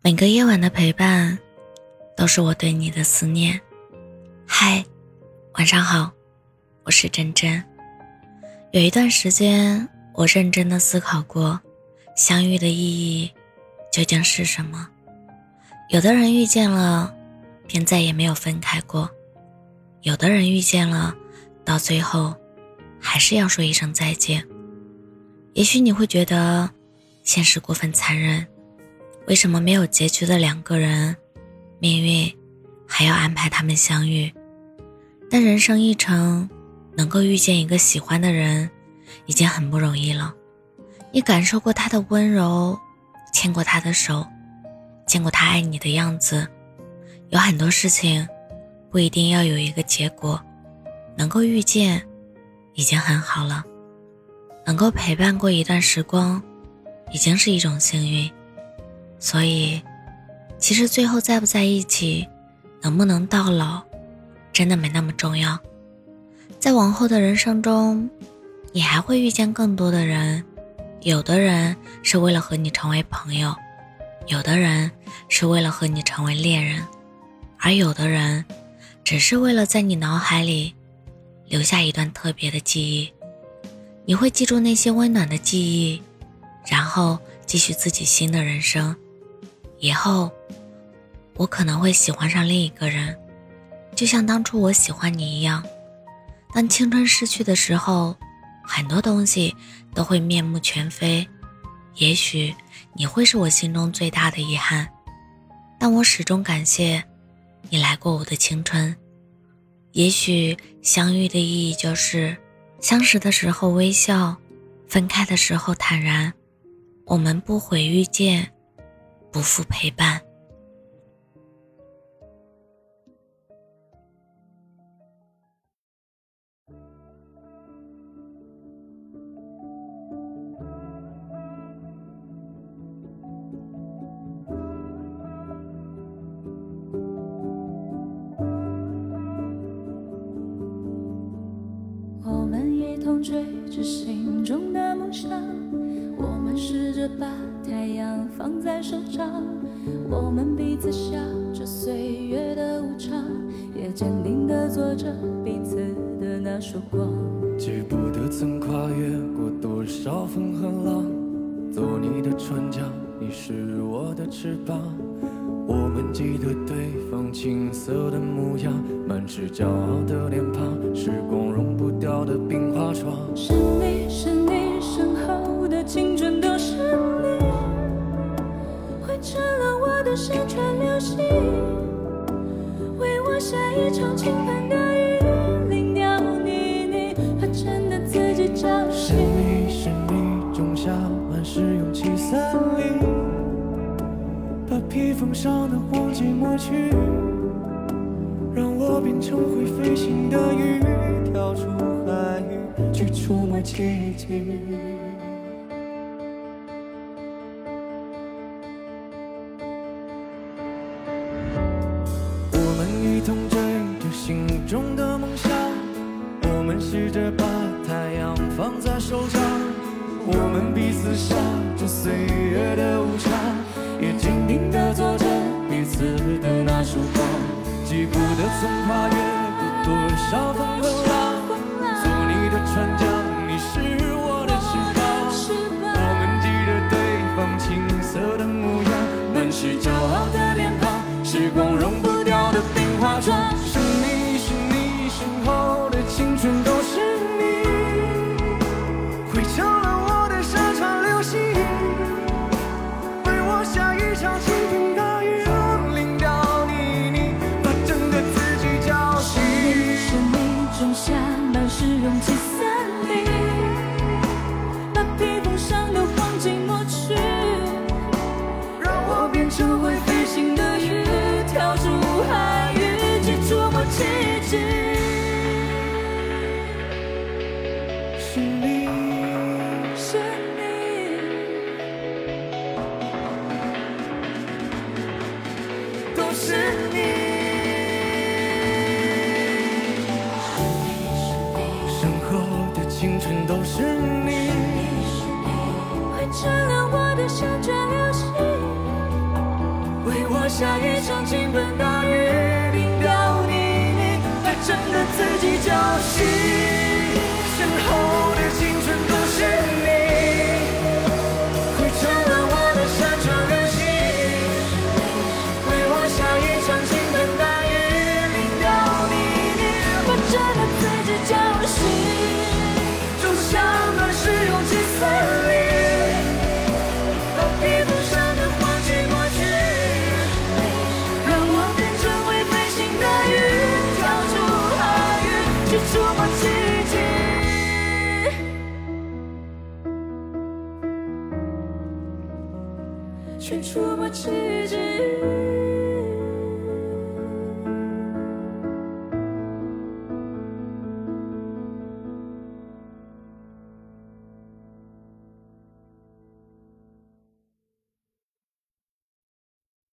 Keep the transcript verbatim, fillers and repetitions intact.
每个夜晚的陪伴都是我对你的思念。嗨，晚上好，我是真真。有一段时间我认真的思考过相遇的意义究竟是什么。有的人遇见了便再也没有分开过，有的人遇见了到最后还是要说一声再见。也许你会觉得现实过分残忍，为什么没有结局的两个人，命运还要安排他们相遇？但人生一程，能够遇见一个喜欢的人已经很不容易了。你感受过他的温柔，牵过他的手，见过他爱你的样子。有很多事情不一定要有一个结果，能够遇见已经很好了，能够陪伴过一段时光已经是一种幸运。所以其实最后在不在一起，能不能到老，真的没那么重要。在往后的人生中，你还会遇见更多的人，有的人是为了和你成为朋友，有的人是为了和你成为恋人，而有的人只是为了在你脑海里留下一段特别的记忆。你会记住那些温暖的记忆，然后继续自己新的人生。以后我可能会喜欢上另一个人，就像当初我喜欢你一样。当青春逝去的时候，很多东西都会面目全非，也许你会是我心中最大的遗憾，但我始终感谢你来过我的青春。也许相遇的意义就是相识的时候微笑，分开的时候坦然。我们不悔遇见，不负陪伴。 我们一同追着心中的梦想，我们试着把太阳放在手掌，我们彼此笑着岁月的无常，也坚定地做着彼此的那束光。 记不得曾跨越过多少风和浪，做你的船桨，你是我的翅膀。我们记得对方青涩的模样，满是骄傲的脸庞，时光融不掉的冰花窗。 是你是你身后的青春都是你，汇成了我的山川流星，为我下一场倾盆的雨，淋掉你你怕真的自己找是你是你种下满是勇气森林，把披风上的荒寂抹去，让我变成会飞行的鱼，跳出海域去触摸奇迹。我们一同追着心中的梦想，我们试着把太阳放在手掌，我们彼此笑着岁月的无常，也坚定地做着彼此的那束光。记不得曾跨越过多少风和浪，做你的船桨，你是我的翅膀。我们记得对方青涩的模样，满是骄傲的脸庞，时光融不掉的冰花窗。是你是你身后的青春都是你，汇成了我的山川流星，为我下一场倾盆大雨，淋掉你你把真的自己浇熄。 是你种下满是勇气森林，把披风上的黄金抹去，让我变成会飞行的鱼，跳出海域去触摸奇迹。 是你是你都是你，身后的青春都是你， 汇成了我的山川流星， 下一场倾盆大雨，淋掉你，你还真的自己浇熄。身后的青春都是你，会成了我的山川流星，为我下一场倾盆大雨，淋掉你，你还真的自己浇熄。种下满是勇气森林，把皮肤上的黄去抹去，让我变成会飞行的鱼，跳出海域，去触摸奇迹，去触摸奇迹。